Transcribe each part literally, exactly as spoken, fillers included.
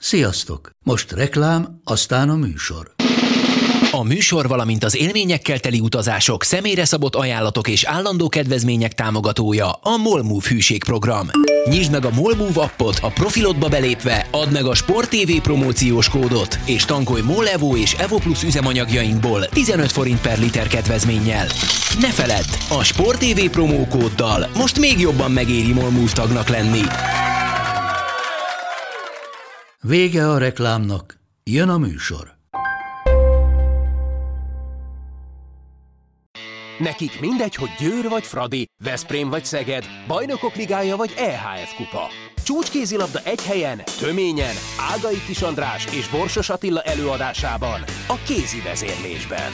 Sziasztok! Most reklám, aztán a műsor. A műsor, valamint az élményekkel teli utazások, személyre szabott ajánlatok és állandó kedvezmények támogatója a MOLMOVE hűségprogram. Nyisd meg a MOLMOVE appot, a profilodba belépve add meg a Sport té vé promóciós kódot, és tankolj MOL Evo és Evo Plus üzemanyagjainkból tizenöt forint per liter kedvezménnyel. Ne feledd, a Sport té vé promókóddal most még jobban megéri MOLMOVE tagnak lenni. Vége a reklámnak, jön a műsor. Nekik mindegy, hogy Győr vagy Fradi, Veszprém vagy Szeged, Bajnokok Ligája vagy é há ef kupa. Csúcskézilabda egy helyen, töményen, Ágai Kis András és Borsos Attila előadásában, a Kézi Vezérlésben.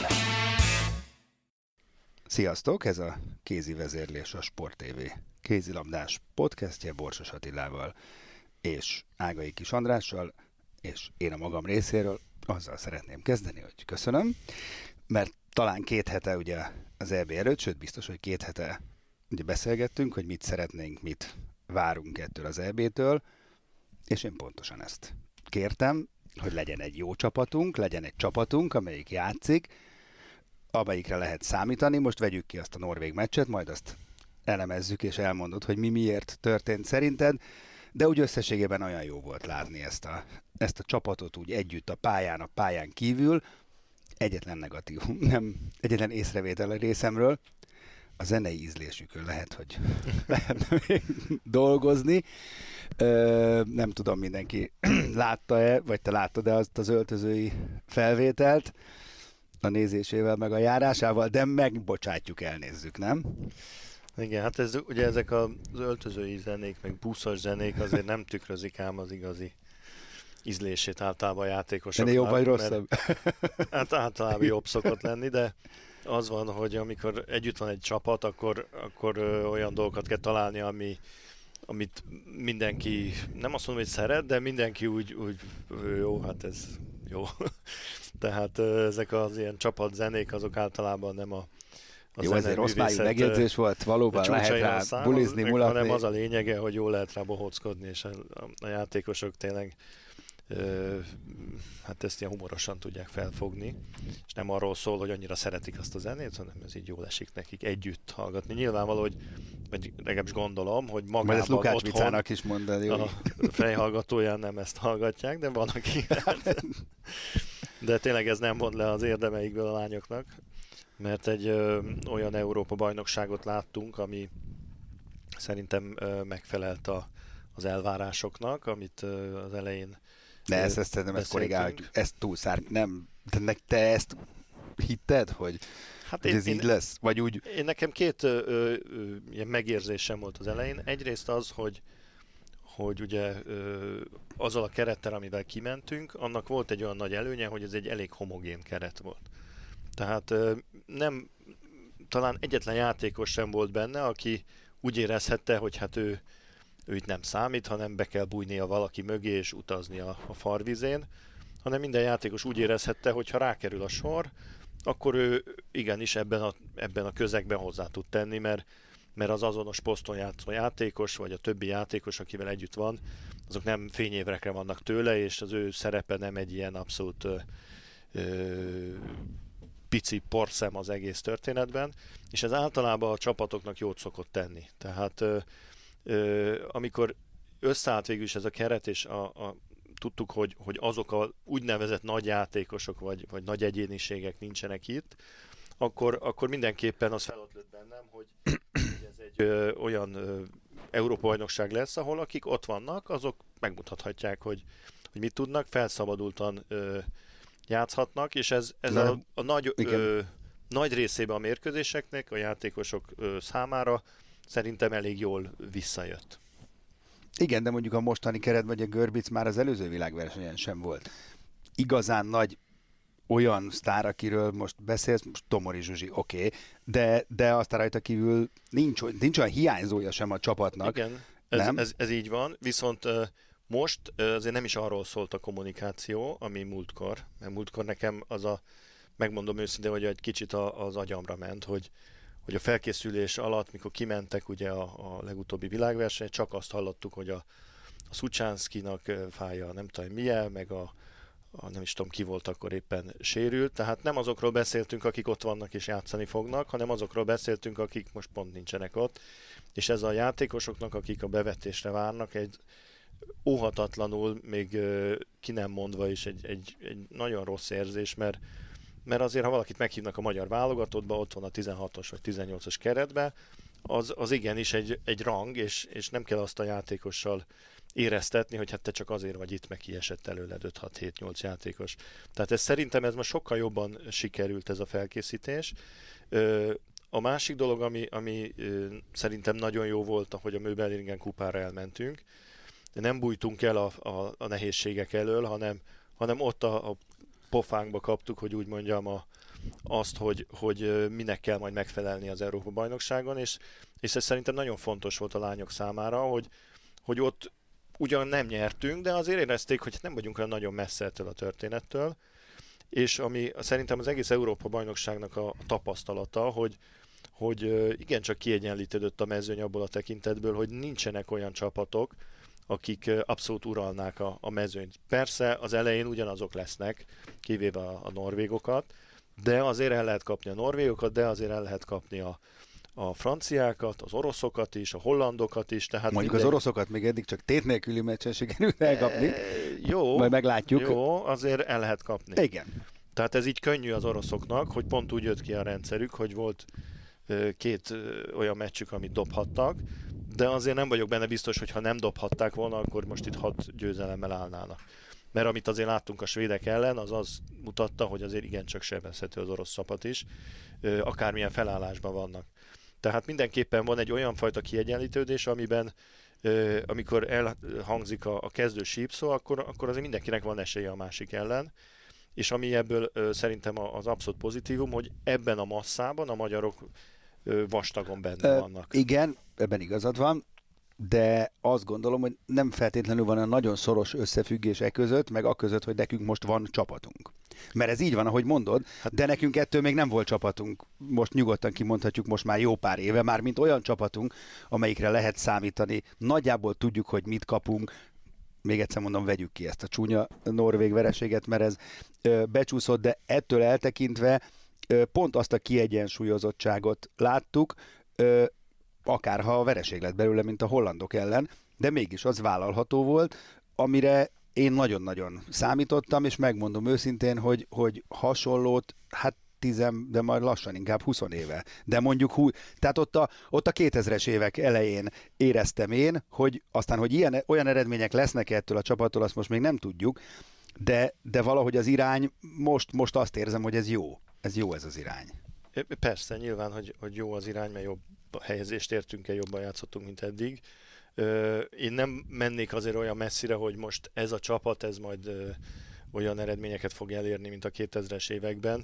Sziasztok, ez a Kézi Vezérlés, a Sport té vé kézilabdás podcastje Borsos Attilával és Ágai Kis Andrással, és én a magam részéről azzal szeretném kezdeni, hogy köszönöm, mert talán két hete ugye az é bé előtt, sőt biztos, hogy két hete ugye beszélgettünk, hogy mit szeretnénk, mit várunk ettől az é bétől, és én pontosan ezt kértem, hogy legyen egy jó csapatunk, legyen egy csapatunk, amelyik játszik, amelyikre lehet számítani. Most vegyük ki azt a norvég meccset, majd azt elemezzük és elmondod, hogy mi miért történt szerinted, de úgy összességében olyan jó volt látni ezt a, ezt a csapatot úgy együtt a pályán, a pályán kívül. Egyetlen negatív, nem, egyetlen észrevétel a részemről, a zenei ízlésükön lehet, hogy lehetne még dolgozni. Ö, nem tudom, mindenki látta-e, vagy te láttad-e azt az öltözői felvételt a nézésével, meg a járásával, de megbocsátjuk, elnézzük, nem? Igen, hát ez, ugye ezek az öltözői zenék, meg buszos zenék azért nem tükrözik ám az igazi ízlését általában a játékosoknak. De jobb vagy rosszabb? Hát általában jobb szokott lenni, de az van, hogy amikor együtt van egy csapat, akkor, akkor ö, olyan dolgokat kell találni, ami, amit mindenki, nem azt mondom, hogy szeret, de mindenki úgy, úgy jó, hát ez jó. Tehát ö, ezek az ilyen csapatzenék, azok általában nem a A jó, ezért rossz májú megjegyzés volt, valóban lehet rá szám, bulizni, az, mulatni. hanem az a lényege, hogy jól lehet rá bohóckodni, és a, a játékosok tényleg ö, hát ezt ilyen humorosan tudják felfogni, és nem arról szól, hogy annyira szeretik azt a zenét, hanem ez így jól esik nekik együtt hallgatni. Nyilvánvaló, hogy vagy legalábbis gondolom, hogy magában majd ezt Lukács otthon Vicának is mondani, a fejhallgatóján nem ezt hallgatják, de van, aki de tényleg ez nem mond le az érdemeikből a lányoknak, mert egy ö, olyan Európa-bajnokságot láttunk, ami szerintem ö, megfelelt a, az elvárásoknak, amit ö, az elején De ezt, ezt szerintem ezt korrigáljuk, ezt túlszár, nem, de te ezt hitted, hogy, hát hogy én, ez így én, lesz? Vagy úgy... Én nekem két ö, ö, ö, ilyen megérzésem volt az elején. Egyrészt az, hogy hogy ugye ö, azzal a kerettel, amivel kimentünk, annak volt egy olyan nagy előnye, hogy ez egy elég homogén keret volt. Tehát nem, talán egyetlen játékos sem volt benne, aki úgy érezhette, hogy hát ő, ő itt nem számít, hanem be kell bújnia valaki mögé és utazni a, a farvizén, hanem minden játékos úgy érezhette, hogy ha rákerül a sor, akkor ő igenis ebben a, ebben a közegben hozzá tud tenni, mert, mert az azonos poszton játszó játékos, vagy a többi játékos, akivel együtt van, azok nem fényévekre vannak tőle, és az ő szerepe nem egy ilyen abszolút ö, ö, pici porszem az egész történetben, és ez általában a csapatoknak jót szokott tenni. Tehát ö, ö, amikor összeállt végül is ez a keret, és a, a, tudtuk, hogy, hogy azok a úgynevezett nagy játékosok, vagy, vagy nagy egyéniségek nincsenek itt, akkor, akkor mindenképpen az felotlott bennem, hogy ez egy ö, olyan ö, Európa-bajnokság lesz, ahol akik ott vannak, azok megmutathatják, hogy, hogy mit tudnak, felszabadultan ö, játszhatnak, és ez, ez a, a nagy, ö, nagy részében a mérkőzéseknek a játékosok ö, számára szerintem elég jól visszajött. Igen, de mondjuk a mostani keret vagy a Görbic már az előző világversenyen sem volt. Igazán nagy olyan sztár, akiről most beszélsz, most Tomori Zsuzsi, oké, okay, de, de aztán rajta kívül nincs, nincs olyan hiányzója sem a csapatnak. Igen, ez, ez, ez így van, viszont most azért nem is arról szólt a kommunikáció, ami múltkor, mert múltkor nekem az a, megmondom őszintén, hogy egy kicsit az agyamra ment, hogy, hogy a felkészülés alatt, mikor kimentek ugye a, a legutóbbi világverseny, csak azt hallottuk, hogy a, a Szucsánszkinak fáj a nem tudom milyen, meg a, a nem is tudom ki volt akkor éppen sérült, tehát nem azokról beszéltünk, akik ott vannak és játszani fognak, hanem azokról beszéltünk, akik most pont nincsenek ott, és ez a játékosoknak, akik a bevetésre várnak, egy óhatatlanul, még ki nem mondva is egy, egy, egy nagyon rossz érzés, mert, mert azért, ha valakit meghívnak a magyar válogatottba, ott van a tizenhatos vagy tizennyolcas keretbe, az, az igenis egy, egy rang, és, és nem kell azt a játékossal éreztetni, hogy hát te csak azért vagy itt, meg kiesett előled öt hat hét nyolc játékos. Tehát ez szerintem ez most sokkal jobban sikerült ez a felkészítés. A másik dolog, ami, ami szerintem nagyon jó volt, hogy a Möbelringen kupára elmentünk, nem bújtunk el a, a, a nehézségek elől, hanem, hanem ott a, a pofánkba kaptuk, hogy úgy mondjam, a, azt, hogy, hogy minek kell majd megfelelni az Európa-bajnokságon, és, és ez szerintem nagyon fontos volt a lányok számára, hogy, hogy ott ugyan nem nyertünk, de azért érezték, hogy nem vagyunk olyan nagyon messze ettől a történettől, és ami szerintem az egész Európa-bajnokságnak a tapasztalata, hogy, hogy igencsak kiegyenlítődött a mezőny abból a tekintetből, hogy nincsenek olyan csapatok, akik abszolút uralnák a, a mezőnyt. Persze az elején ugyanazok lesznek, kivéve a, a norvégokat, de azért el lehet kapni a norvégokat, de azért el lehet kapni a, a franciákat, az oroszokat is, a hollandokat is. Tehát mondjuk minden... az oroszokat még eddig csak tét nélküli meccsen sikerült elkapni. E, jó, majd meglátjuk. Jó, azért el lehet kapni. Igen. Tehát ez így könnyű az oroszoknak, hogy pont úgy jött ki a rendszerük, hogy volt két olyan meccsük, amit dobhattak, de azért nem vagyok benne biztos, hogy ha nem dobhatták volna, akkor most itt hat győzelemmel állnának. Mert amit azért láttunk a svédek ellen, az az mutatta, hogy azért igencsak sebezhető az orosz csapat is, akármilyen felállásban vannak. Tehát mindenképpen van egy olyan fajta kiegyenlítődés, amiben amikor elhangzik a, a kezdő sípszó, akkor, akkor azért mindenkinek van esélye a másik ellen. És ami ebből szerintem az abszolút pozitívum, hogy ebben a masszában a magyarok vastagon benne Ö, vannak. Igen, ebben igazad van, de azt gondolom, hogy nem feltétlenül van a nagyon szoros összefüggés e között, meg a között, hogy nekünk most van csapatunk. Mert ez így van, ahogy mondod, hát, de nekünk ettől még nem volt csapatunk. Most nyugodtan kimondhatjuk, most már jó pár éve, már mint olyan csapatunk, amelyikre lehet számítani. Nagyjából tudjuk, hogy mit kapunk. Még egyszer mondom, vegyük ki ezt a csúnya norvég vereséget, mert ez ö, becsúszott, de ettől eltekintve ö, pont azt a kiegyensúlyozottságot láttuk, ö, akárha a vereség lett belőle, mint a hollandok ellen, de mégis az vállalható volt, amire én nagyon-nagyon számítottam, és megmondom őszintén, hogy, hogy hasonlót, hát tízem, de majd lassan inkább húsz éve. De mondjuk, hú, tehát ott a, ott a kétezres évek elején éreztem én, hogy aztán, hogy ilyen, olyan eredmények lesznek ettől a csapattól, azt most még nem tudjuk, de, de valahogy az irány, most, most azt érzem, hogy ez jó. Ez jó ez az irány. Persze, nyilván, hogy, hogy jó az irány, mert jobb helyezést értünk el, jobban játszottunk, mint eddig. Én nem mennék azért olyan messzire, hogy most ez a csapat, ez majd olyan eredményeket fog elérni, mint a kétezres években.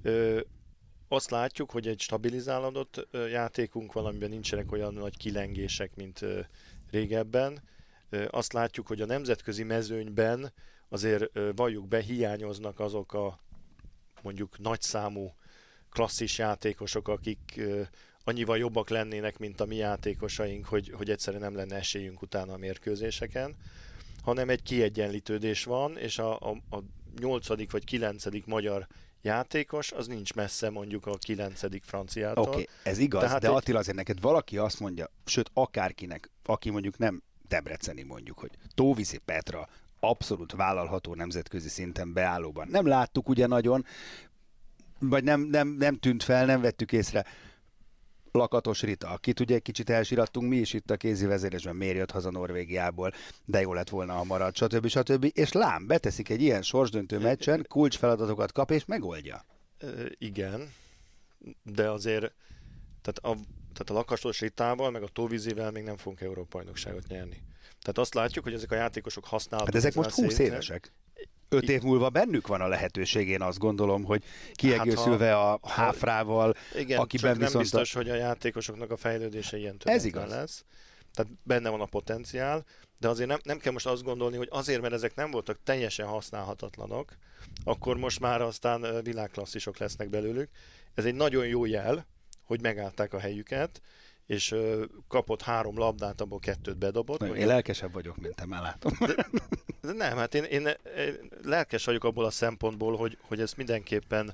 Azt látjuk, hogy egy stabilizálódott játékunk van, amiben nincsenek olyan nagy kilengések, mint régebben. Azt látjuk, hogy a nemzetközi mezőnyben azért valljuk be, hiányoznak azok a mondjuk nagyszámú klasszis játékosok, akik annyival jobbak lennének, mint a mi játékosaink, hogy, hogy egyszerűen nem lenne esélyünk utána a mérkőzéseken, hanem egy kiegyenlítődés van, és a, a, a nyolcadik vagy kilencedik magyar játékos, az nincs messze mondjuk a kilencedik franciától. Oké, okay, ez igaz, Tehát de egy... Attila, azért neked valaki azt mondja, sőt akárkinek, aki mondjuk nem debreceni mondjuk, hogy Tóviszi Petra abszolút vállalható nemzetközi szinten beállóban. Nem láttuk ugye nagyon, vagy nem, nem, nem tűnt fel, nem vettük észre. Lakatos Rita, akit ugye egy kicsit elsirattunk mi is itt a kézi vezérésben, miért jött haza Norvégiából, de jó lett volna, ha marad, stb. stb. És lám, beteszik egy ilyen sorsdöntő meccsen, kulcsfeladatokat kap és megoldja. Igen, de azért tehát a, tehát a Lakatos Ritával, meg a Tóvízivel még nem fogunk Európa-bajnokságot nyerni. Tehát azt látjuk, hogy ezek a játékosok használhatók. Hát ezek most húsz évesek. Öt év múlva bennük van a lehetőség, én azt gondolom, hogy kiegészülve hát ha, a Háfrával, igen, akiben csak nem biztos, a... hogy a játékosoknak a fejlődése ilyen többetlen lesz. Tehát benne van a potenciál, de azért nem, nem kell most azt gondolni, hogy azért, mert ezek nem voltak teljesen használhatatlanok, akkor most már aztán világklasszisok lesznek belőlük. Ez egy nagyon jó jel, hogy megállták a helyüket, és ö, kapott három labdát, abból kettőt bedobott. Én lelkesebb vagyok, mint te, már látom. De, de nem, hát én, én, én lelkes vagyok abból a szempontból, hogy, hogy ezt mindenképpen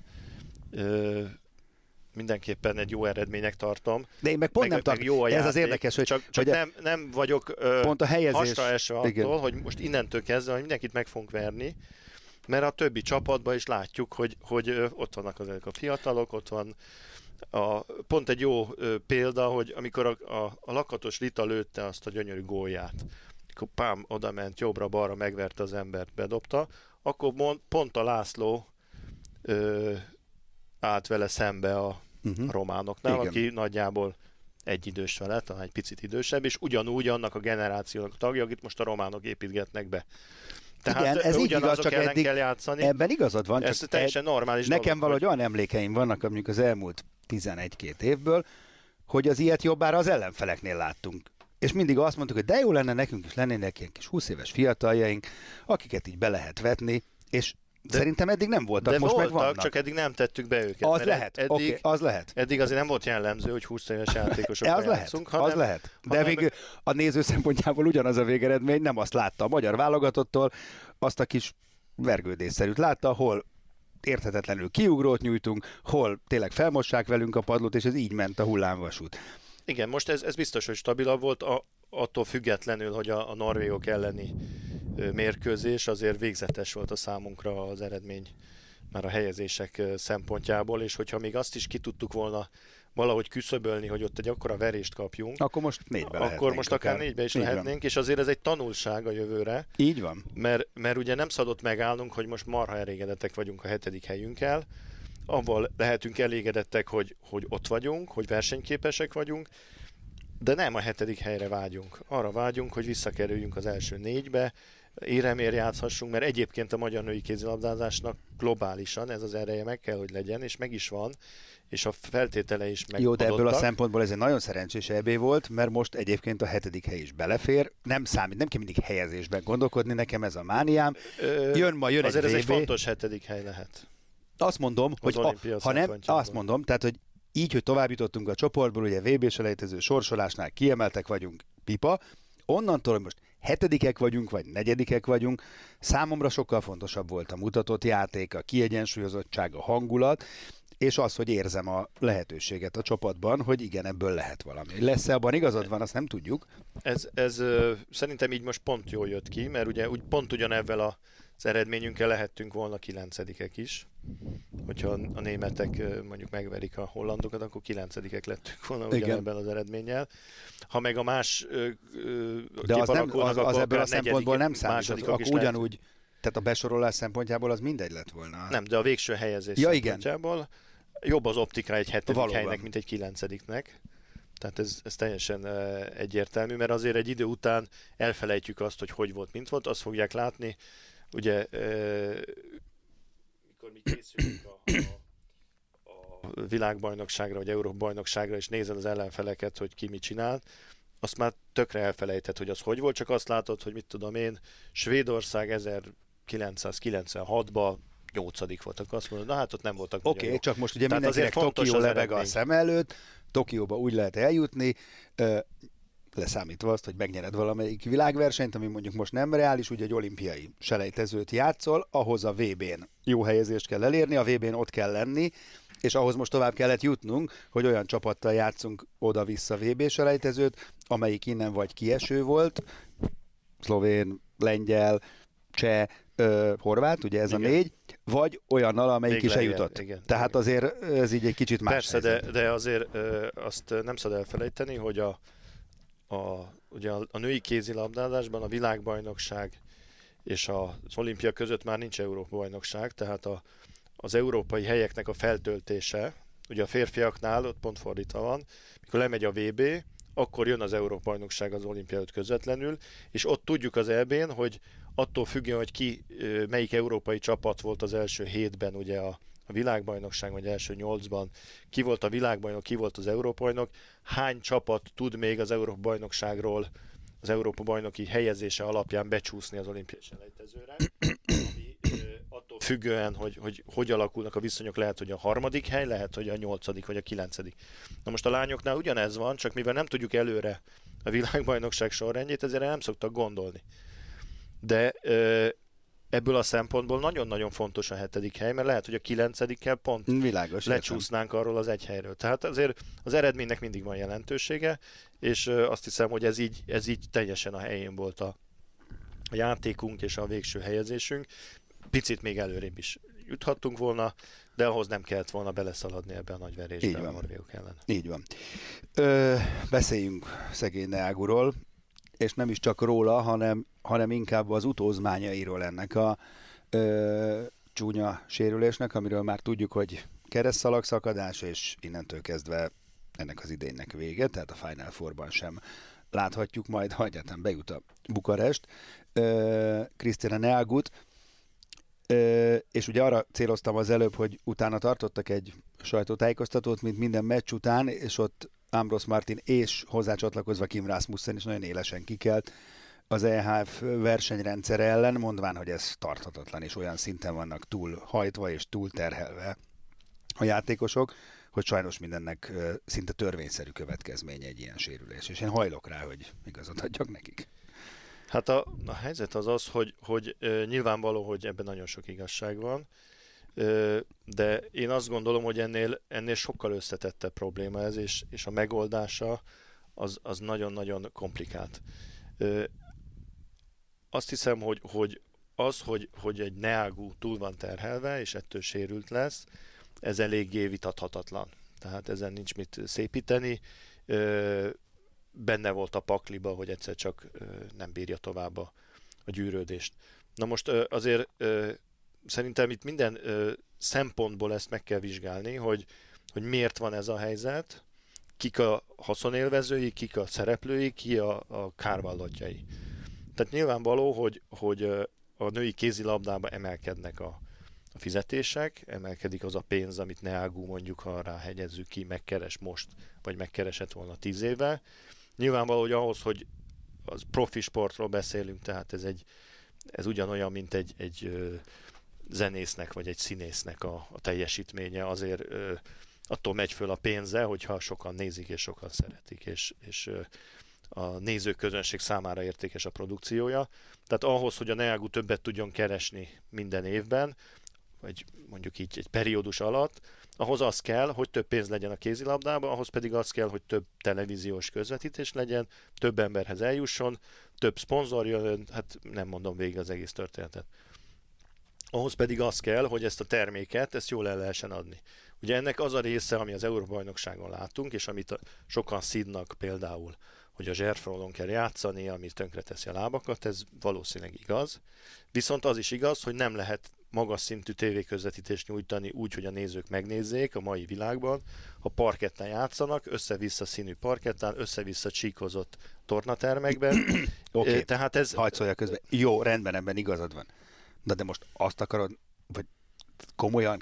ö, mindenképpen egy jó eredménynek tartom. De én meg pont meg, nem tartom. Meg jó a Ez játék, az érdekes, hogy, csak, csak hogy nem, nem vagyok ö, pont a helyezés, hasra esve attól, igen. hogy most innentől kezdve, hogy mindenkit meg fogunk verni, mert a többi csapatban is látjuk, hogy, hogy ö, ott vannak azok a fiatalok, ott van a, pont egy jó ö, példa, hogy amikor a, a, a Lakatos Rita lőtte azt a gyönyörű gólját, akkor pám, oda ment jobbra-balra, megverte az embert, bedobta, akkor mond, pont a László ö, állt vele szembe a, uh-huh. a románoknál, igen. aki nagyjából egy idős vele, talán egy picit idősebb, és ugyanúgy annak a generációnak a tagja, akit most a románok építgetnek be. Tehát igen, ez így igaz, csak ellen eddig kell játszani. Ebben igazad van. Ez csak teljesen normális nekem dolog, valahogy hogy... olyan emlékeim vannak, amik az elmúlt tizenegy-két évből, hogy az ilyet jobbára az ellenfeleknél láttunk. És mindig azt mondtuk, hogy de jó lenne nekünk is lennének ilyen kis húsz éves fiataljaink, akiket így be lehet vetni, és de, szerintem eddig nem voltak, de most voltak, meg vannak. csak eddig nem tettük be őket. Az lehet, eddig, okay, az lehet. Eddig azért nem volt jellemző, hogy húsz éves játékosok az lehet, játszunk, hanem, az lehet. De hanem... még a néző szempontjából ugyanaz a végeredmény, nem azt látta a magyar válogatottól, azt a kis vergődésszerűt látta, hol érthetetlenül kiugrót nyújtunk, hol tényleg felmossák velünk a padlót, és ez így ment a hullámvasút. Igen, most ez, ez biztos, hogy stabilabb volt, a, attól függetlenül, hogy a, a norvégok elleni ö, mérkőzés azért végzetes volt a számunkra az eredmény már a helyezések ö, szempontjából, és hogyha még azt is ki tudtuk volna valahogy küszöbölni, hogy ott egy akkora verést kapjunk, akkor most négybe akkor most akár, akár négybe is így lehetnénk, van. És azért ez egy tanulság a jövőre. Így van. Mert, mert ugye nem szabad megállnunk, hogy most marha elégedettek vagyunk a hetedik helyünkkel, avval lehetünk elégedettek, hogy, hogy ott vagyunk, hogy versenyképesek vagyunk, de nem a hetedik helyre vágyunk. Arra vágyunk, hogy visszakerüljünk az első négybe, éremér játszhassunk, mert egyébként a magyar női kézilabdázásnak globálisan ez az ereje meg kell, hogy legyen, és meg is van, és a feltétele is megadottak. Jó, de ebből a szempontból ez egy nagyon szerencsés é bé volt, mert most egyébként a hetedik hely is belefér. Nem számít, nem kell mindig helyezésben gondolkodni, nekem ez a mániám. Jön ma, jön Azért egy ez vé bé. egy fontos hetedik hely lehet. Azt mondom, az hogy a, ha nem, azt mondom, tehát, hogy így, hogy tovább jutottunk a csoportból, ugye vé bé-selejtező sorsolásnál kiemeltek vagyunk, pipa, onnantól, hogy most hetedikek vagyunk, vagy negyedikek vagyunk, számomra sokkal fontosabb volt a mutatott játék, a kiegyensúlyozottság, a hangulat, és az, hogy érzem a lehetőséget a csapatban, hogy igen, ebből lehet valami. Lesz-e abban igazad van, azt nem tudjuk. Ez, ez ö, szerintem így most pont jól jött ki, mert ugye úgy, pont ugyanebben az eredményünkkel lehettünk volna kilencedikek is. Hogyha a németek ö, mondjuk megverik a hollandokat, akkor kilencedikek lettünk volna ugyanebben az eredménnyel. Ha meg a más ö, ö, de az, nem, az, az ebből a szempontból nem számít, az, akkor ugyanúgy, lehet. Tehát a besorolás szempontjából az mindegy lett volna. Nem, de a végső helyezés ja, szempontjából igen. Jobb az optika egy hetedik Valóban. helynek, mint egy kilencediknek. Tehát ez, ez teljesen uh, egyértelmű, mert azért egy idő után elfelejtjük azt, hogy hogy volt, mint volt, azt fogják látni, ugye, uh, mikor mi készülünk a, a, a világbajnokságra, vagy Európa-bajnokságra, és nézed az ellenfeleket, hogy ki mit csinál, azt már tökre elfelejtett, hogy az hogy volt, csak azt látod, hogy mit tudom én, Svédország ezerkilencszázkilencvenhatban nyolcadik voltak, azt mondod, na hát ott nem voltak Oké, okay, csak most ugye tehát mindenkinek Tokió lebeg a szem előtt, Tokióba úgy lehet eljutni, ö, leszámítva azt, hogy megnyered valamelyik világversenyt, ami mondjuk most nem reális, ugye egy olimpiai selejtezőt játszol, ahhoz a vé bén jó helyezést kell elérni, a vé bén ott kell lenni, és ahhoz most tovább kellett jutnunk, hogy olyan csapattal játszunk oda-vissza vé bé selejtezőt, amelyik innen vagy kieső volt, szlovén, lengyel, cseh, ö, horvát, ugye ez igen. A négy, vagy olyannal, amelyik még is eljutott. Igen, Tehát igen. Azért ez így egy kicsit más Persze, de, de azért ö, azt nem szabad elfelejteni, hogy a, a, ugye a, a női kézilabdázásban a világbajnokság és az olimpia között már nincs Európa-bajnokság, tehát a, az európai helyeknek a feltöltése, ugye a férfiaknál ott pont fordítva van, mikor lemegy a vé bé, akkor jön az Európa-bajnokság az olimpia előtt közvetlenül, és ott tudjuk az é bén, hogy attól függően, hogy ki, melyik európai csapat volt az első hétben, ugye a, a világbajnokság, vagy első nyolcban, ki volt a világbajnok, ki volt az Európa-bajnok, hány csapat tud még az Európa-bajnokságról az Európa-bajnoki helyezése alapján becsúszni az olimpiai selejtezőre, ami attól függően, hogy, hogy hogy alakulnak a viszonyok, lehet, hogy a harmadik hely, lehet, hogy a nyolcadik vagy a kilencedik. Na most a lányoknál ugyanez van, csak mivel nem tudjuk előre a világbajnokság sorrendjét, ezért nem szoktak gondolni. De ebből a szempontból nagyon-nagyon fontos a hetedik hely, mert lehet, hogy a kilencedikkel pont Világos, lecsúsznánk értem. Arról az egy helyről. Tehát azért az eredménynek mindig van jelentősége, és azt hiszem, hogy ez így, ez így teljesen a helyén volt a, a játékunk és a végső helyezésünk. Picit még előrébb is juthattunk volna, de ahhoz nem kellett volna beleszaladni ebbe a nagy verésbe a norvégok ellen. Így van. Ö, beszéljünk szegény Neaguról, és nem is csak róla, hanem, hanem inkább az utózmányairól ennek a ö, csúnya sérülésnek, amiről már tudjuk, hogy keresztszalagszakadás, és innentől kezdve ennek az idénynek vége, tehát a Final Fourban sem láthatjuk majd, ha egyáltalán bejut a Bukarest. Krisztina Neagut, Ö, és ugye arra céloztam az előbb, hogy utána tartottak egy sajtótájékoztatót, mint minden meccs után, és ott Ambros Martin és hozzácsatlakozva Kim Rasmussen is nagyon élesen kikelt az E H F versenyrendszer ellen, mondván, hogy ez tarthatatlan, és olyan szinten vannak túl hajtva és túl terhelve a játékosok, hogy sajnos mindennek ö, szinte törvényszerű következménye egy ilyen sérülés. És én hajlok rá, hogy igazat adjak nekik. Hát a, a helyzet az az, hogy, hogy e, nyilvánvaló, hogy ebben nagyon sok igazság van, e, de én azt gondolom, hogy ennél, ennél sokkal összetettebb probléma ez, és, és a megoldása az, az nagyon-nagyon komplikált. E, azt hiszem, hogy, hogy az, hogy, hogy egy Neagu túl van terhelve, és ettől sérült lesz, ez eléggé vitathatatlan. Tehát ezen nincs mit szépíteni. E, benne volt a pakliba, hogy egyszer csak ö, nem bírja tovább a, a gyűrődést. Na most ö, azért ö, szerintem itt minden ö, szempontból ezt meg kell vizsgálni, hogy, hogy miért van ez a helyzet, kik a haszonélvezői, kik a szereplői, ki a, a kárvallatjai. Tehát nyilvánvaló, hogy, hogy a női kézilabdába emelkednek a, a fizetések, emelkedik az a pénz, amit Neagu mondjuk, ha ráhegyezzük ki, megkeres most, vagy megkeresett volna tíz éve. Nyilvánvaló, hogy ahhoz, hogy az profi sportról beszélünk, tehát ez, egy, ez ugyanolyan, mint egy, egy ö, zenésznek, vagy egy színésznek a, a teljesítménye, azért ö, attól megy föl a pénze, hogyha sokan nézik és sokan szeretik, és, és ö, a nézőközönség számára értékes a produkciója. Tehát ahhoz, hogy a Neagu többet tudjon keresni minden évben, vagy mondjuk így egy periódus alatt, ahhoz az kell, hogy több pénz legyen a kézilabdában, ahhoz pedig az kell, hogy több televíziós közvetítés legyen, több emberhez eljusson, több szponzor jön, hát nem mondom végig az egész történetet. Ahhoz pedig az kell, hogy ezt a terméket, ezt jól el lehessen adni. Ugye ennek az a része, ami az Európa-bajnokságon látunk, és amit a, sokan szidnak például, hogy a zserfrólon kell játszani, ami tönkreteszi a lábakat, ez valószínűleg igaz. Viszont az is igaz, hogy nem lehet magas szintű tévéközvetítést nyújtani úgy, hogy a nézők megnézzék a mai világban, ha parketten játszanak, össze-vissza színű parkettán, össze-vissza csíkozott tornatermekben. Oké, okay. Tehát ez... Hadd szóljak közben. Jó, rendben, ebben igazad van. De, de most azt akarod, vagy komolyan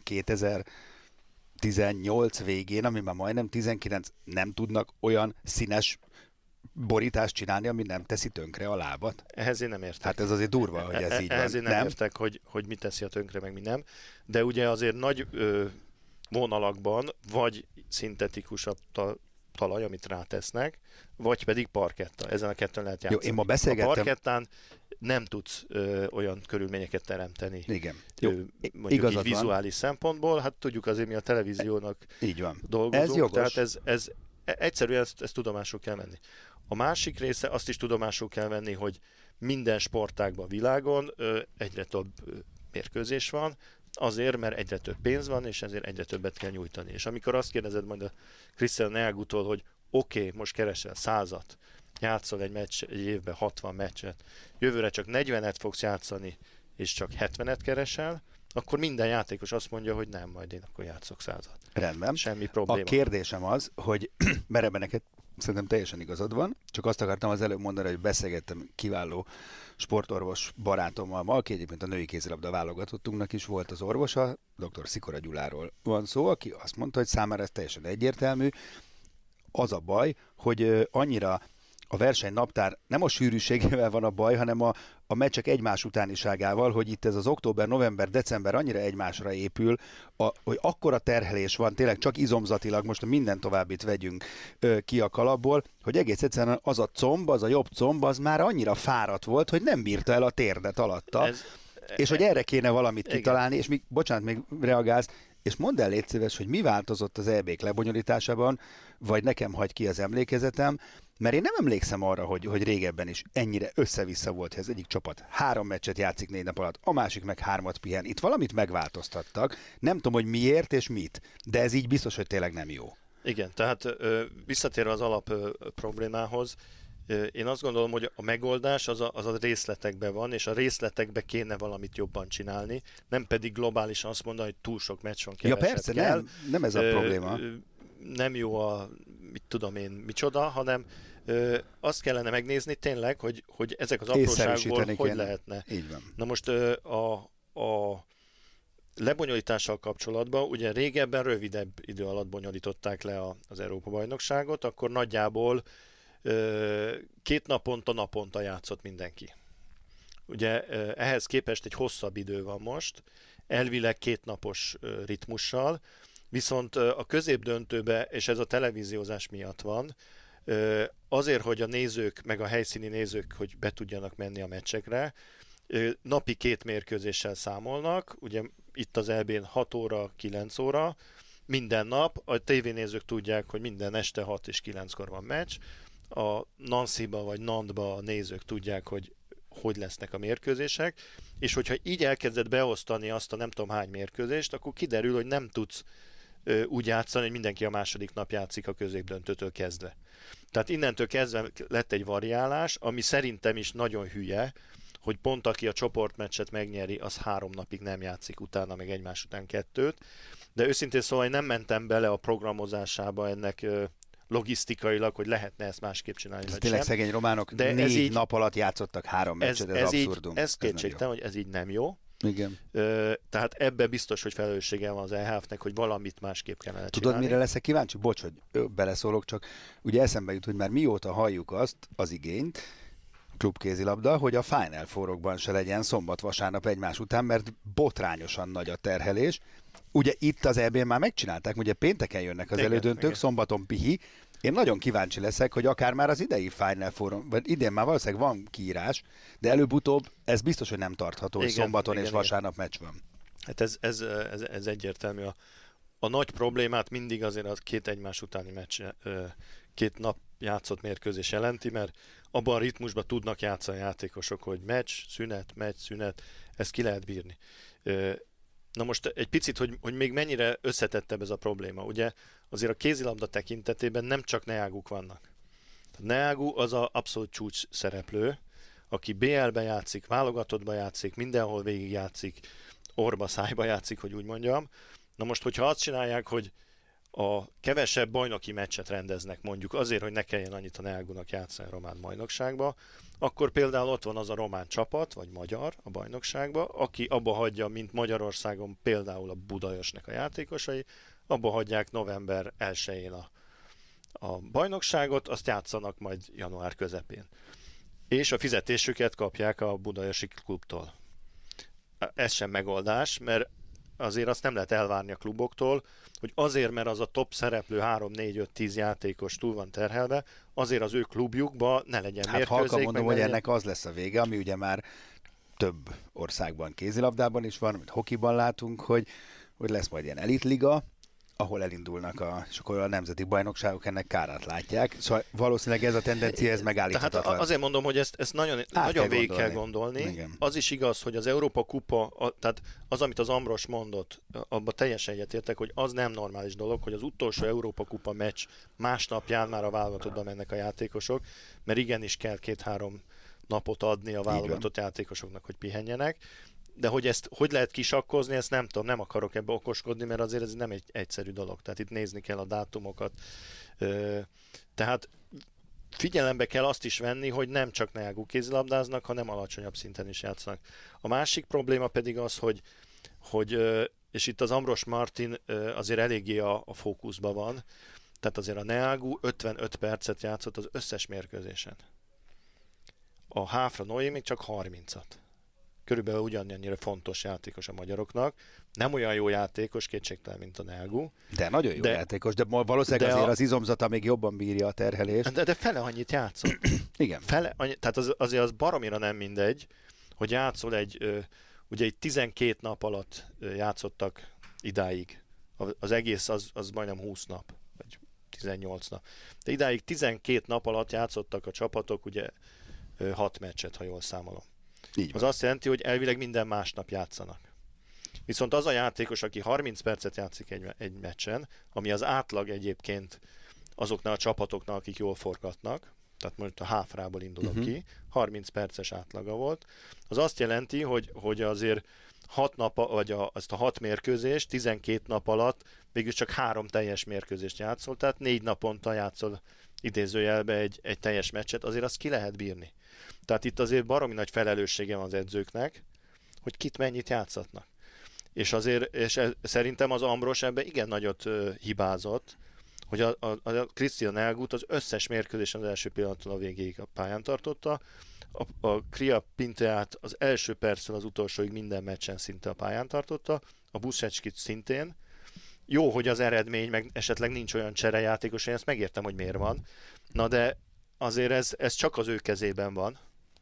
kétezer-tizennyolc végén, ami már majdnem tizenkilenc, nem tudnak olyan színes borítást csinálni, ami nem teszi tönkre a lábat? Ehhez én nem értek. Hát ez azért durva, hogy ez így Ehhez van. én nem, nem értek, hogy, hogy mi teszi a tönkre, meg mi nem. De ugye azért nagy ö, vonalakban vagy szintetikus ta, talaj, amit rátesznek, vagy pedig parketta. Ezen a kettőn lehet játszani. Jó, én ma beszélgettem... A parkettán nem tudsz ö, olyan körülményeket teremteni. Igen. Jó, ö, mondjuk így vizuális van. Szempontból. Hát tudjuk azért, mi a televíziónak így van. dolgozunk. Ez jogos. Tehát ez, ez egyszerűen ezt, ezt tudomásul kell venni. A másik része, azt is tudomásul kell venni, hogy minden sportágban a világon ö, egyre több ö, mérkőzés van, azért, mert egyre több pénz van, és ezért egyre többet kell nyújtani. És amikor azt kérdezed majd a Krisztina Neagutól, hogy oké, okay, most keresel százat, játszol egy, meccs, egy évben hatvan meccset, jövőre csak negyvenet fogsz játszani, és csak hetvenet keresel, akkor minden játékos azt mondja, hogy nem, majd én akkor játszok százat. Rendben. Semmi probléma. A kérdésem az, hogy mert ebben neked szerintem teljesen igazad van, csak azt akartam az előbb mondani, hogy beszélgettem kiváló sportorvos barátommal ma, aki egyébként a női kézilabda válogatottunknak is volt az orvosa, dr. Szikora Gyuláról van szó, aki azt mondta, hogy számára ez teljesen egyértelmű. Az a baj, hogy annyira a verseny naptár nem a sűrűségével van a baj, hanem a, a meccsek egymás utániságával, hogy itt ez az október, november, december annyira egymásra épül, a, hogy akkora terhelés van, tényleg csak izomzatilag, most minden továbbit vegyünk ö, ki a kalapból, hogy egész egyszerűen az a comb, az a jobb comb, az már annyira fáradt volt, hogy nem bírta el a térdet alatta, ez, és hogy erre kéne valamit igen. kitalálni, és még, bocsánat, még reagálsz, és mondd el, légy szíves, hogy mi változott az é bé-k lebonyolításában, vagy nekem hagy ki az emlékezetem, mert én nem emlékszem arra, hogy, hogy régebben is ennyire össze-vissza volt, hogy az egyik csapat három meccset játszik négy nap alatt, a másik meg hármat pihen. Itt valamit megváltoztattak, nem tudom, hogy miért és mit, de ez így biztos, hogy tényleg nem jó. Igen, tehát ö, visszatérve az alap ö, problémához, ö, én azt gondolom, hogy a megoldás az a, az a részletekben van, és a részletekbe kéne valamit jobban csinálni, nem pedig globálisan azt mondani, hogy túl sok meccs van, kevesebb ja, persze, kell. Nem, nem ez a probléma. Ö, nem jó a, mit tudom én, micsoda, hanem ö, azt kellene megnézni tényleg, hogy, hogy ezek az apróságból hogy kéne. Lehetne. Így van. Na most ö, a, a lebonyolítással kapcsolatban, ugye régebben rövidebb idő alatt bonyolították le a, az Európa-bajnokságot, akkor nagyjából ö, két naponta, naponta játszott mindenki. Ugye ö, ehhez képest egy hosszabb idő van most, elvileg két napos ö, ritmussal, viszont a középdöntőbe, és ez a televíziózás miatt van, azért, hogy a nézők, meg a helyszíni nézők, hogy be tudjanak menni a meccsekre, napi két mérkőzéssel számolnak, ugye itt az é bén hat óra, kilenc óra, minden nap, a tévénézők tudják, hogy minden este hat és kilenckor van meccs, a Nancy-ba vagy Nantba a nézők tudják, hogy hogy lesznek a mérkőzések, és hogyha így elkezded beosztani azt a nem tudom hány mérkőzést, akkor kiderül, hogy nem tudsz úgy játszani, hogy mindenki a második nap játszik a középdöntőtől kezdve. Tehát innentől kezdve lett egy variálás, ami szerintem is nagyon hülye, hogy pont aki a csoportmeccset megnyeri, az három napig nem játszik, utána meg egymás után kettőt. De őszintén szóval én nem mentem bele a programozásába ennek logisztikailag, hogy lehetne ezt másképp csinálni. Ez tényleg sem. Szegény románok de négy így, nap alatt játszottak három meccset, ez, ez, ez abszurdum. Ez kétségtelen, hogy ez így nem jó. Igen. Ö, tehát ebbe biztos, hogy felelőssége van az é há ef-nek, hogy valamit másképp kellene Tudod, csinálni. mire leszek kíváncsi? Bocs, hogy beleszólok, csak ugye eszembe jut, hogy már mióta halljuk azt, az igényt, klubkézilabda, hogy a Final Fourokban se legyen szombat-vasárnap egymás után, mert botrányosan nagy a terhelés. Ugye itt az é bén már megcsinálták, ugye pénteken jönnek az igen, elődöntők, igen. Szombaton pihi. Én nagyon kíváncsi leszek, hogy akár már az idei Final Fouron, vagy idén már valószínűleg van kiírás, de előbb-utóbb ez biztos, hogy nem tartható, hogy szombaton igen, és vasárnap igen. meccs van. Hát ez, ez, ez, ez egyértelmű. A, a nagy problémát mindig azért a két egymás utáni meccs, két nap játszott mérkőzés jelenti, mert abban a ritmusban tudnak játszani a játékosok, hogy meccs, szünet, meccs, szünet, ezt ki lehet bírni. Na most egy picit, hogy, hogy még mennyire összetettebb ez a probléma. Ugye azért a kézilabda tekintetében nem csak Neáguk vannak. Neágu az a abszolút csúcs szereplő, aki bé el-be játszik, válogatottba játszik, mindenhol végig játszik, orba szájba játszik, hogy úgy mondjam. Na most, hogyha azt csinálják, hogy a kevesebb bajnoki meccset rendeznek mondjuk azért, hogy ne kelljen annyit a Neágunak játszani a román bajnokságba, akkor például ott van az a román csapat, vagy magyar a bajnokságba, aki abba hagyja, mint Magyarországon például a Budajosnak a játékosai, abba hagyják november elsején a, a bajnokságot, azt játszanak majd január közepén. És a fizetésüket kapják a budajosi klubtól. Ez sem megoldás, mert azért azt nem lehet elvárni a kluboktól, hogy azért, mert az a top szereplő három, négy, öt, tíz játékos túl van terhelve, azért az ő klubjukba ne legyen hát mérkőzék. Hát halkan mondom, hogy legyen... ennek az lesz a vége, ami ugye már több országban kézilabdában is van, amit hokiban látunk, hogy, hogy lesz majd ilyen elitliga, ahol elindulnak a, és akkor a nemzeti bajnokságok ennek kárát látják. Szóval valószínűleg ez a tendencia, ez megállíthatatlan. Tehát azért mondom, hogy ezt, ezt nagyon, nagyon végig kell gondolni. Igen. Az is igaz, hogy az Európa Kupa, a, tehát az, amit az Ambros mondott, abban teljesen egyetértek, hogy az nem normális dolog, hogy az utolsó Európa Kupa meccs másnapján már a válogatottba mennek a játékosok, mert igenis kell két-három napot adni a válogatott játékosoknak, hogy pihenjenek. De hogy ezt hogy lehet kisakkozni, ezt nem tudom, nem akarok ebbe okoskodni, mert azért ez nem egy egyszerű dolog. Tehát itt nézni kell a dátumokat. Tehát figyelembe kell azt is venni, hogy nem csak Neágú kézilabdáznak, hanem alacsonyabb szinten is játszanak. A másik probléma pedig az, hogy, hogy és itt az Ambros Martin azért eléggé a, a fókuszban van, Tehát azért a Neagu ötvenöt percet játszott az összes mérkőzésen. A Háfra Noé még csak harmincat. Körülbelül ugyanannyira fontos játékos a magyaroknak. Nem olyan jó játékos, kétségtelen, mint a Neagu. De nagyon jó de, játékos, de valószínűleg de azért a, az izomzata még jobban bírja a terhelést. De, de fele annyit játszott. Igen. Fele annyi, tehát az, azért az baromira nem mindegy, hogy játszol egy, ö, ugye egy tizenkét nap alatt ö, játszottak idáig. Az egész az, az majdnem húsz nap, vagy tizennyolc nap. De idáig tizenkét nap alatt játszottak a csapatok, ugye ö, hat meccset, ha jól számolom. Így van. Az azt jelenti, hogy elvileg minden másnap játszanak. Viszont az a játékos, aki harminc percet játszik egy, egy meccsen, ami az átlag egyébként azoknál a csapatoknál, akik jól forgatnak, tehát most a Háfrából indulok uh-huh. ki, harminc perces átlaga volt, az azt jelenti, hogy, hogy azért hat nap, vagy a, azt a hat mérkőzést tizenkét nap alatt végül csak három teljes mérkőzést játszol, tehát négy naponta játszol idézőjelbe egy, egy teljes meccset, azért azt ki lehet bírni. Tehát itt azért baromi nagy felelőssége van az edzőknek, hogy kit mennyit játszatnak. És azért, és e, szerintem az Ambros ebbe igen nagyot ö, hibázott, hogy a, a, a Christian Elgut az összes mérkőzésen az első pillanattól a végéig a pályán tartotta, a, a Kria Pinteát az első perctől az utolsóig minden meccsen szinte a pályán tartotta, a Buszecskit szintén. Jó, hogy az eredmény, meg esetleg nincs olyan cserejátékos, én ezt megértem, hogy miért van. Na de azért ez, ez csak az ő kezében van.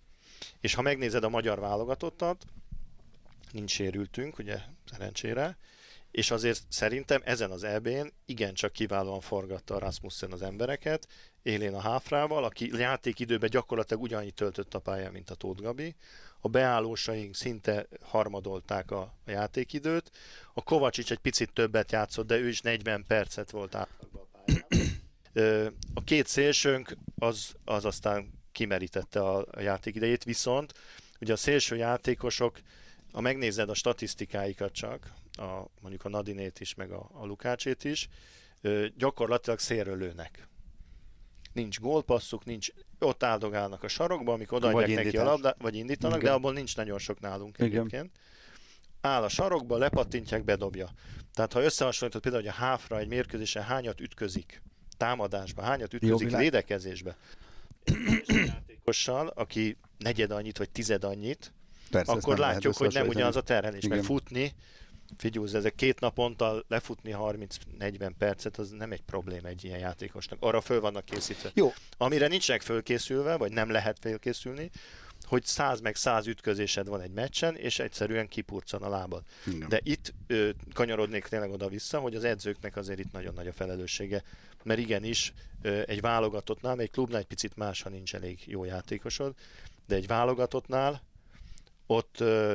És ha megnézed a magyar válogatottat, nincs sérültünk, ugye, szerencsére, és azért szerintem ezen az é bén igencsak kiválóan forgatta a Rasmussen az embereket, élén a Háfrával, aki játékidőben gyakorlatilag ugyanannyit töltött a pályán, mint a Tóth Gabi. A beállósaink szinte harmadolták a, a játékidőt. A Kovácsics egy picit többet játszott, de ő is negyven percet volt átlagban a pályán. A két szélsőnk az, az aztán kimerítette a, a játékidejét, viszont ugye a szélső játékosok, ha megnézed a statisztikáikat csak, a, mondjuk a Nadinét is, meg a, a Lukácsét is, ö, gyakorlatilag szélről lőnek. Nincs gólpasszuk, nincs, ott áldogálnak a sarokba, amikor odaadják neki a labdát, vagy indítanak, igen. De abból nincs nagyon sok nálunk igen. Egyébként. Áll a sarokba, lepattintják, bedobja. Tehát ha összehasonlítod például, hogy a Háfra egy mérkőzésen hányat ütközik, támadásba, hányat ütközik jó, védekezésbe, egy játékossal, aki negyed annyit, vagy tized annyit, persze, akkor látjuk, hogy nem ugyanaz a terhelés, meg futni, figyelj, ezek két naponta lefutni harminc-negyven percet, az nem egy probléma egy ilyen játékosnak. Arra föl vannak készítve. Jó. Amire nincsenek fölkészülve, vagy nem lehet fölkészülni, hogy száz meg száz ütközésed van egy meccsen, és egyszerűen kipurcan a lábad. Igen. De itt ö, kanyarodnék tényleg oda-vissza, hogy az edzőknek azért itt nagyon nagy a felelőssége, mert igenis ö, egy válogatottnál, egy klubnál egy picit más, ha nincs elég jó játékosod, de egy válogatottnál ott ö,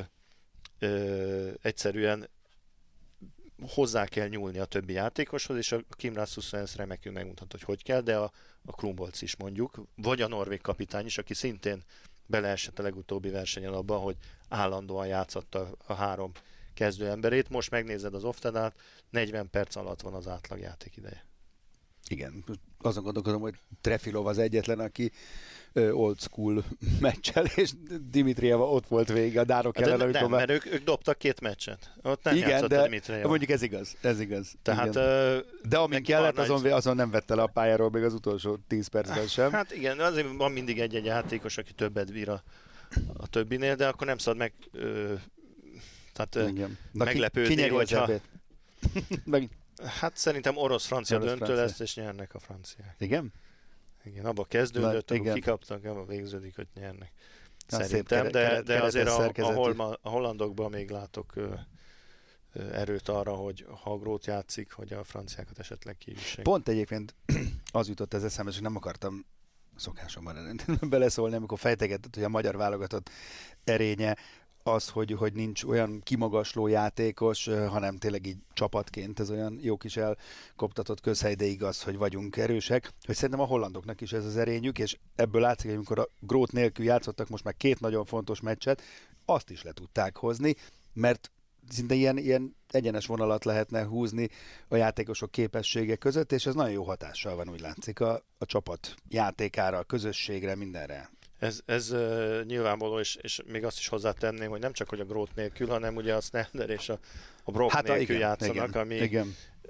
ö, egyszerűen hozzá kell nyúlni a többi játékoshoz, és a Kim Rasmussen ezt remekül megmutatta, hogy hogy kell, de a, a Krumbolc is mondjuk, vagy a norvég kapitány is, aki szintén beleesett a legutóbbi versenyen abban, hogy állandóan játszotta a három kezdő emberét. Most megnézed az Oftedát, negyven perc alatt van az átlag játékideje. Igen, azon gondolkodom, hogy Trefilov az egyetlen, aki ö, old school meccsel, és Dimitrieva ott volt végig a dánok ellen. Nem, nem, mert ők, ők dobtak két meccset. Ott nem igen, játszott de a Dimitrieva. mondjuk ez igaz, ez igaz. Tehát, ö, de amíg kellett, azon, nagy... azon nem vette le a pályáról még az utolsó tíz percben sem. Hát igen, azért van mindig egy-egy játékos, aki többet bír a, a többinél, de akkor nem szabad meg, ö, tehát, meglepődni, ki, ki hogyha... meg... Hát szerintem orosz-francia orosz döntő francia. Lesz, és nyernek a franciák. Igen? Igen, abba kezdődött, akkor kikaptak, abba végződik, hogy nyernek. Na, szerintem, keret, de, de azért a, a, holma, a hollandokban még látok ö, ö, erőt arra, hogy ha a Grót játszik, hogy a franciákat esetleg kiüssék. Pont egyébként az jutott ez eszembe, és nem akartam szokásomban beleszólni, amikor fejtegetett, hogy a magyar válogatott erénye az, hogy, hogy nincs olyan kimagasló játékos, hanem tényleg így csapatként ez olyan jó kis elkoptatott közhely, de igaz, hogy vagyunk erősek, hogy szerintem a hollandoknak is ez az erényük, és ebből látszik, hogy amikor a Grót nélkül játszottak most már két nagyon fontos meccset, azt is le tudták hozni, mert szinte ilyen, ilyen egyenes vonalat lehetne húzni a játékosok képessége között, és ez nagyon jó hatással van, úgy látszik, a, a csapat játékára, a közösségre, mindenre. Ez, ez uh, nyilvánvaló, és, és még azt is hozzátenném, hogy nem csak hogy a Grót nélkül, hanem ugye a Sneijder és a, a Brock hát, nélkül igen, játszanak, igen, ami, igen.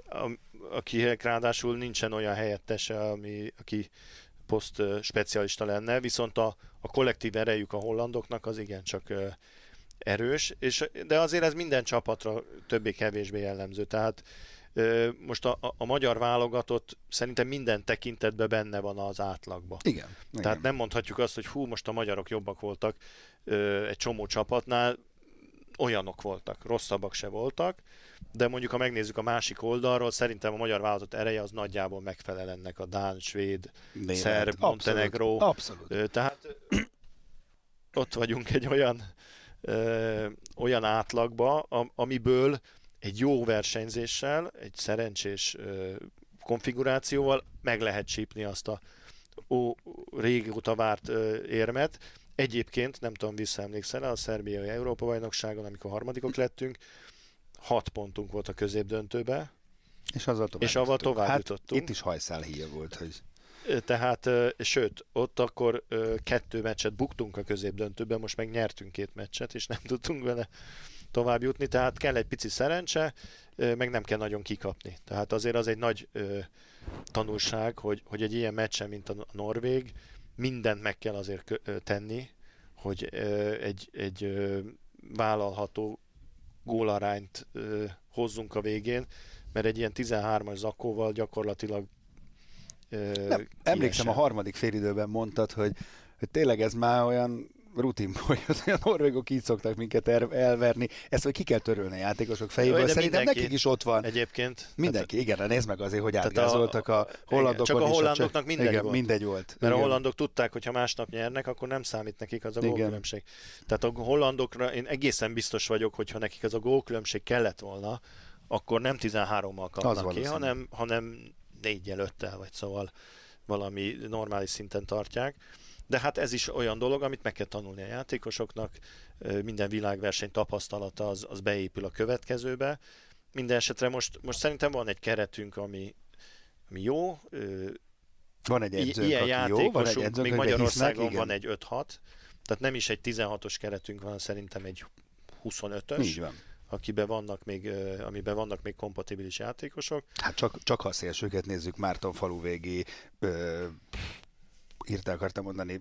akinek ráadásul nincsen olyan helyettese, ami, aki poszt specialista lenne, viszont a, a kollektív erejük a hollandoknak az igencsak erős, és, de azért ez minden csapatra többé-kevésbé jellemző. Tehát most a, a, a magyar válogatott szerintem minden tekintetben benne van az átlagban. Igen. Tehát igen. nem mondhatjuk azt, hogy hú, most a magyarok jobbak voltak egy csomó csapatnál, olyanok voltak, rosszabbak se voltak, de mondjuk, ha megnézzük a másik oldalról, szerintem a magyar válogatott ereje az nagyjából megfelel ennek a dán, svéd, Német. szerb, Montenegró. Abszolút. Tehát ott vagyunk egy olyan, ö, olyan átlagba, amiből egy jó versenyzéssel, egy szerencsés ö, konfigurációval meg lehet csípni azt a ó, régóta várt ö, érmet. Egyébként, nem tudom, visszaemlékszel a szerbiai Európa-bajnokságon, amikor harmadikok lettünk, hat pontunk volt a középdöntőbe, és azzal tovább, és avval tovább hát jutottunk. Itt is hajszálhíja volt, hogy... Tehát, sőt, ott akkor kettő meccset buktunk a középdöntőben, most meg nyertünk két meccset, és nem tudtunk vele tovább jutni, tehát kell egy pici szerencse, meg nem kell nagyon kikapni. Tehát azért az egy nagy tanulság, hogy, hogy egy ilyen meccsen, mint a norvég, mindent meg kell azért tenni, hogy egy, egy vállalható gólarányt hozzunk a végén, mert egy ilyen tizenhármas zakóval gyakorlatilag nem, emlékszem, a harmadik félidőben mondtad, hogy, hogy tényleg ez már olyan rutin, hogy a norvégok így szoktak minket elverni. Ezt hogy ki kell törölni a játékosok fejéből. De szerintem mindenki, nekik is ott van. Egyébként. Mindenki, igen, nézd meg azért, hogy átgázoltak a, a hollandokon. Csak a hollandoknak is, mindegy igen, volt. mindegy volt. Mert igen. a hollandok tudták, hogy ha másnap nyernek, akkor nem számít nekik az a gólkülönbség. Tehát a hollandokra én egészen biztos vagyok, hogy ha nekik az a gólkülönbség kellett volna, akkor nem tizenhárommal kapnak ki, hanem, hanem négyel, öttel, vagy szóval valami normális szinten tartják. De hát ez is olyan dolog, amit meg kell tanulni a játékosoknak, minden világverseny tapasztalata az, az beépül a következőbe. Minden esetre most, most szerintem van egy keretünk, ami, ami jó. Van egy edzőnk, ilyen aki játékosunk, jó, van egy edzőnk, még Magyarországon hisznek, van egy öt-hat, tehát nem is egy tizenhatos keretünk van, szerintem egy huszonötös. Így van. Akiben vannak még, amiben vannak még kompatibilis játékosok. Hát csak, csak ha a szélsőket nézzük, Márton faluvégi, ö, írta akartam mondani,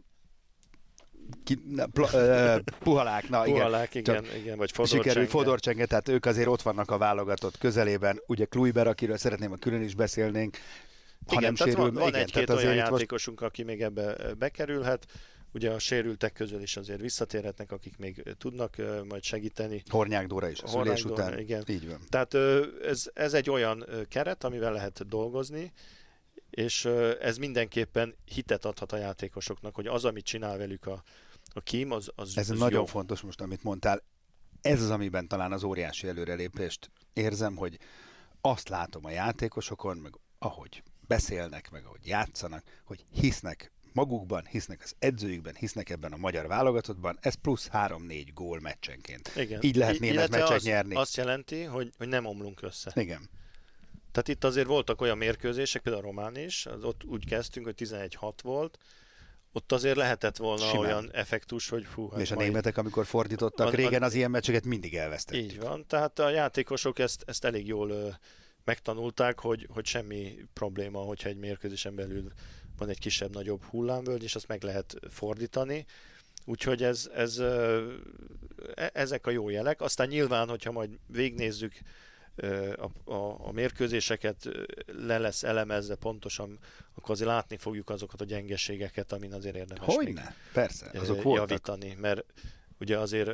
ki, na, pla, ö, Puhalák, na Puhalák, igen, igen, igen, vagy Fodorcsenge. Sikerül Fodorcsenge, tehát ők azért ott vannak a válogatott közelében. Ugye Kluiber, akiről szeretném, hogy külön is beszélnénk, ha igen, nem tehát sérül. van, van igen, egy-két olyan játékosunk, most... aki még ebbe bekerülhet. Ugye a sérültek közül is azért visszatérhetnek, akik még tudnak uh, majd segíteni. Hornyák Dóra is a szülés Dóra, után. Igen. Így van. Tehát uh, ez, ez egy olyan keret, amivel lehet dolgozni, és uh, ez mindenképpen hitet adhat a játékosoknak, hogy az, amit csinál velük a, a Kim, az, az Ez az nagyon jó. fontos most, amit mondtál. Ez az, amiben talán az óriási előrelépést érzem, hogy azt látom a játékosokon, meg ahogy beszélnek, meg ahogy játszanak, hogy hisznek magukban, hisznek az edzőjükben, hisznek ebben a magyar válogatottban, ez plusz három-négy gól meccsenként. Igen. Így lehet német meccset az, nyerni. Azt jelenti, hogy, hogy nem omlunk össze. Igen. Tehát itt azért voltak olyan mérkőzések, például a román is, az ott úgy kezdtünk, hogy tizenegy hat volt, ott azért lehetett volna simán olyan effektus, hogy fú, hát és a majd... németek, amikor fordítottak, a, régen a... az ilyen meccseket mindig elvesztettük. Így van, tehát a játékosok ezt, ezt elég jól ö, megtanulták, hogy, hogy semmi probléma, hogyha egy mérkőzésen belül van egy kisebb-nagyobb hullámvölgy, és azt meg lehet fordítani. Úgyhogy ez, ez, ö, ezek a jó jelek. Aztán nyilván, hogyha majd végignézzük A, a, a mérkőzéseket, le lesz elemezve pontosan, akkor azért látni fogjuk azokat a gyengeségeket, amin azért érdemes Hogyne? még Persze, azok javítani, mert ugye azért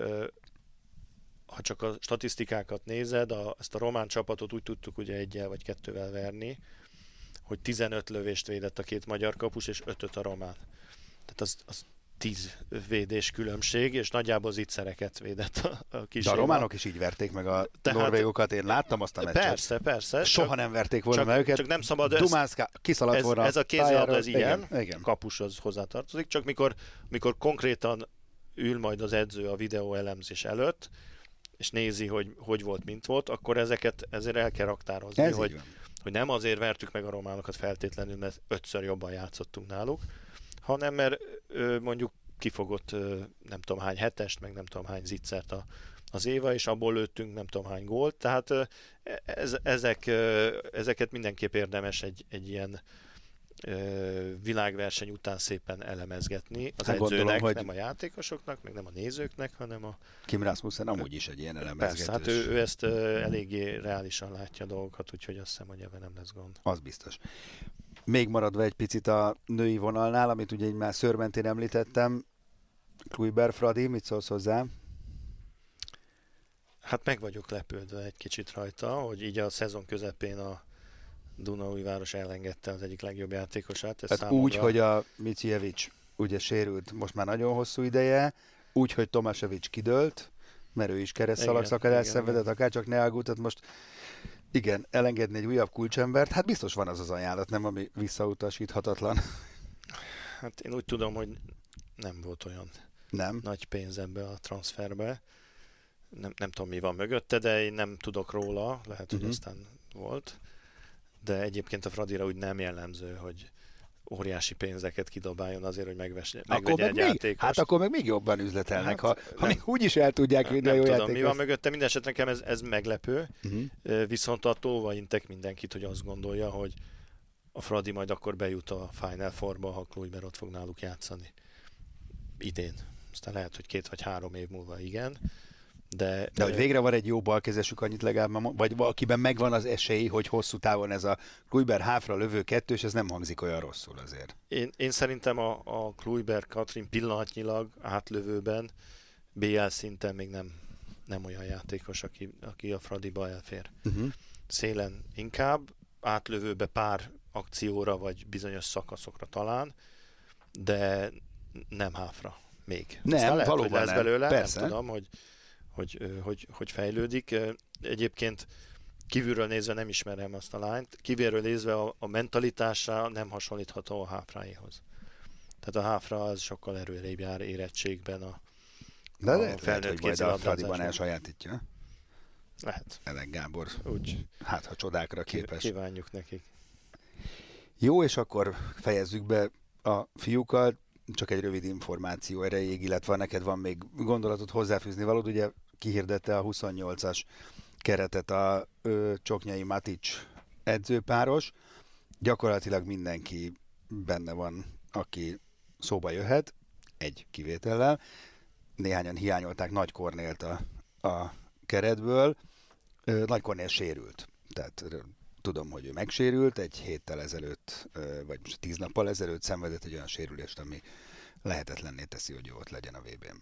ha csak a statisztikákat nézed, a, ezt a román csapatot úgy tudtuk ugye egyel vagy kettővel verni, hogy tizenöt lövést védett a két magyar kapus, és ötöt a román. Tehát az, az tíz védés különbség, és nagyjából zicsereket védett a, a kis. De a románok is így verték meg a Tehát, norvégokat, én láttam azt a meccset. Persze, persze. Soha csak, nem verték volna csak, meg őket. Csak nem szabad Dumánszka kiszaladt ez, volna. Ez a kézilabda, ez ilyen, igen, igen. kapushoz hozzátartozik, csak mikor, mikor konkrétan ül majd az edző a videó elemzés előtt, és nézi, hogy hogy volt, mint volt, akkor ezeket ezért el kell raktározni, ez hogy, hogy nem azért vertük meg a románokat feltétlenül, mert ötször jobban játszottunk náluk, hanem mert ö, mondjuk kifogott ö, nem tudom hány hetest, meg nem tudom hány zicsert a, az Éva, és abból lőttünk nem tudom hány gólt, tehát ez, ezek, ezeket mindenképp érdemes egy, egy ilyen világverseny után szépen elemezgetni az hát edzőnek, gondolom, hogy nem a játékosoknak, meg nem a nézőknek, hanem a... Kim Rasmussen amúgy is egy ilyen elemezgetős. Persze, hát ő, ő ezt eléggé reálisan látja a dolgokat, úgyhogy azt hiszem, hogy ebben nem lesz gond. Az biztos. Még maradva egy picit a női vonalnál, amit ugye én már szőrmentén említettem, Kluiber, Fradi, mit szólsz hozzá? Hát meg vagyok lepődve egy kicsit rajta, hogy így a szezon közepén a Dunaújváros elengedte az egyik legjobb játékosát. Ez hát számomra... úgy, hogy a Micijevic ugye sérült most már nagyon hosszú ideje, úgy, hogy Tomasevic kidőlt, mert ő is keresztszalagszakadást szenvedett, akár csak ne aggódtat most. Igen, elengedni egy újabb kulcsembert, hát biztos van az az ajánlat, nem, ami visszautasíthatatlan. Hát én úgy tudom, hogy nem volt olyan nem. nagy pénz ebbe a transferbe. Nem, nem tudom, mi van mögötte, de én nem tudok róla, lehet, hogy uh-huh. aztán volt. De egyébként a Fradira úgy nem jellemző, hogy óriási pénzeket kidobáljon azért, hogy megvesse, megvegye egy játékost. Hát akkor meg még jobban üzletelnek, hát, ha, ha még úgy is el tudják vinni a jó tudom, játékost. Mi van mögötte, minden esetre nekem ez, ez meglepő, uh-huh. viszont attól vaintek mindenkit, hogy azt gondolja, hogy a Fradi majd akkor bejut a Final Fourba, ha Kluiber ott fog náluk játszani. Idén. Aztán lehet, hogy két vagy három év múlva igen. De, de hogy végre van egy jó balkezesük, annyit legalább, vagy valakiben megvan az esély, hogy hosszú távon ez a Kluiber háfra lövő kettős, ez nem hangzik olyan rosszul azért. Én, én szerintem a, a Kluiber Katrin pillanatnyilag átlövőben bé el szinten még nem, nem olyan játékos, aki, aki a Fradiba elfér. Uh-huh. Szélen inkább, átlövőbe pár akcióra, vagy bizonyos szakaszokra talán, de nem háfra még. Nem, Aztán lehet, valóban hogy lesz nem. belőle, Persze. nem tudom, hogy Hogy, hogy, hogy fejlődik. Egyébként kívülről nézve nem ismerem azt a lányt, kívülről nézve a, a mentalitása nem hasonlítható a Háfráéhoz. Tehát a Háfra az sokkal erőrébb jár érettségben a, de a lehet, felnőtt lehet, hogy majd a Fradiban elsajátítja. Lehet. Elek Gábor. Úgy. Hát, ha csodákra képes. Kívánjuk nekik. Jó, és akkor fejezzük be a fiúkkal. Csak egy rövid információ erejéig, illetve neked van még gondolatot hozzáfűzni valód, ugye kihirdette a huszonnyolcas keretet a ö, Csoknyai Matic edzőpáros. Gyakorlatilag mindenki benne van, aki szóba jöhet, egy kivétellel. Néhányan hiányolták Nagy Kornélt a, a keretből. Ö, Nagy Kornél sérült, tehát tudom, hogy ő megsérült, egy héttel ezelőtt, vagy most tíz nappal ezelőtt szenvedett egy olyan sérülést, ami lehetetlenné teszi, hogy ő ott legyen a vé bén.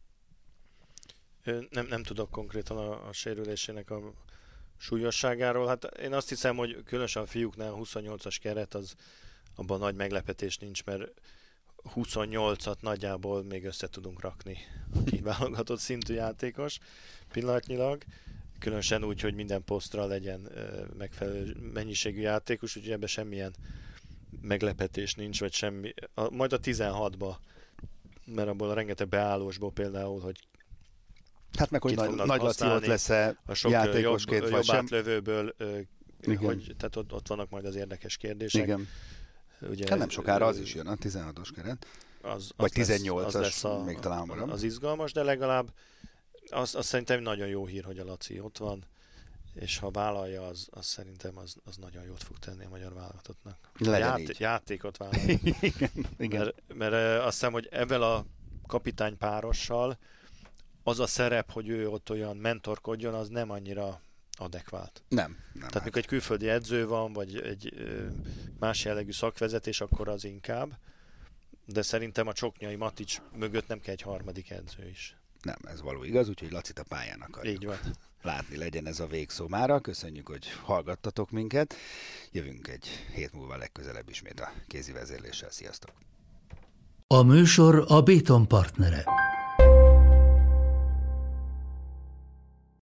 Nem, nem tudok konkrétan a, a sérülésének a súlyosságáról. Hát én azt hiszem, hogy különösen a fiúknál a huszonnyolcas keret, az abban nagy meglepetés nincs, mert huszonnyolcat nagyjából még össze tudunk rakni, aki válogatott szintű játékos pillanatnyilag. Különösen úgy, hogy minden posztra legyen megfelelő mennyiségű játékos, úgyhogy ebben semmilyen meglepetés nincs, vagy semmi. A, majd a tizenhatba, mert abból a rengeteg beállósból például, hogy hát meg, hogy nagy, nagy Laci ott lesz-e játékosként, jobb, vagy jobb sem. átlövőből, hogy, tehát ott, ott vannak majd az érdekes kérdések. Igen. Ugye, hát nem sokára az is jön, a tizenhatos keret. Az, vagy az tizennyolcas, lesz, az lesz a, még talán maradom. Az izgalmas, de legalább az, az szerintem nagyon jó hír, hogy a Laci ott van, és ha vállalja, az, az szerintem az, az nagyon jót fog tenni a magyar válogatottnak. Ját, játékot vállalja. igen, igen. Mert, mert azt hiszem, hogy ebben a kapitánypárossal az a szerep, hogy ő ott olyan mentorkodjon, az nem annyira adekvált. Nem. nem Tehát hát. mikor egy külföldi edző van, vagy egy más jellegű szakvezetés, akkor az inkább. De szerintem a Csoknyai Matic mögött nem kell egy harmadik edző is. Nem, ez való igaz, úgyhogy Lacit a pályán akarjuk. Így van. Látni legyen ez a végszó mára. Köszönjük, hogy hallgattatok minket. Jövünk egy hét múlva legközelebb ismét a kézi vezérléssel. Sziasztok! A műsor a Béton partnere.